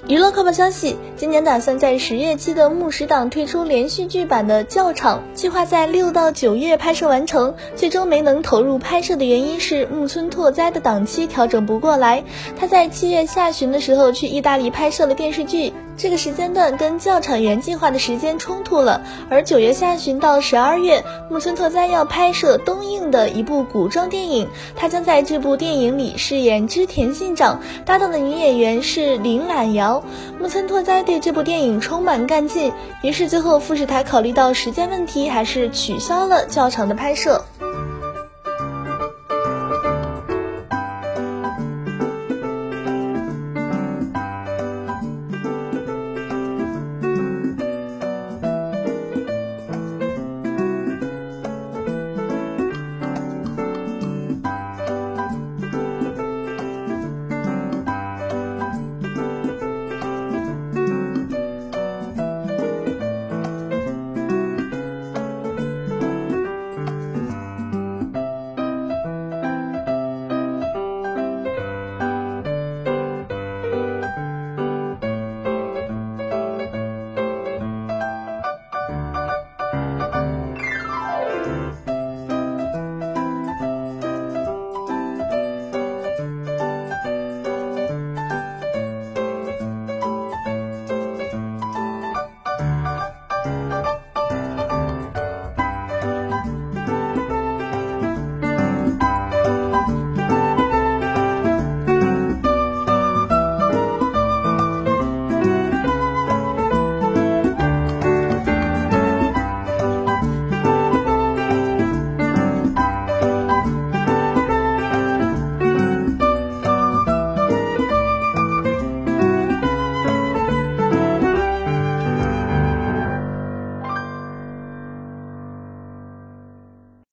娱乐快报消息，今年打算在10月期的木10档推出连续剧版的教场，计划在6到9月拍摄完成，最终没能投入拍摄的原因是木村拓哉的档期调整不过来，他在7月下旬的时候去意大利拍摄了电视剧，这个时间段跟教场原计划的时间冲突了，而9月下旬到12月，木村拓哉要拍摄东映的一部古装电影，他将在这部电影里饰演织田信长，搭档的女演员是林揽瑶。木村拓哉对这部电影充满干劲，于是最后富士台考虑到时间问题，还是取消了教场的拍摄。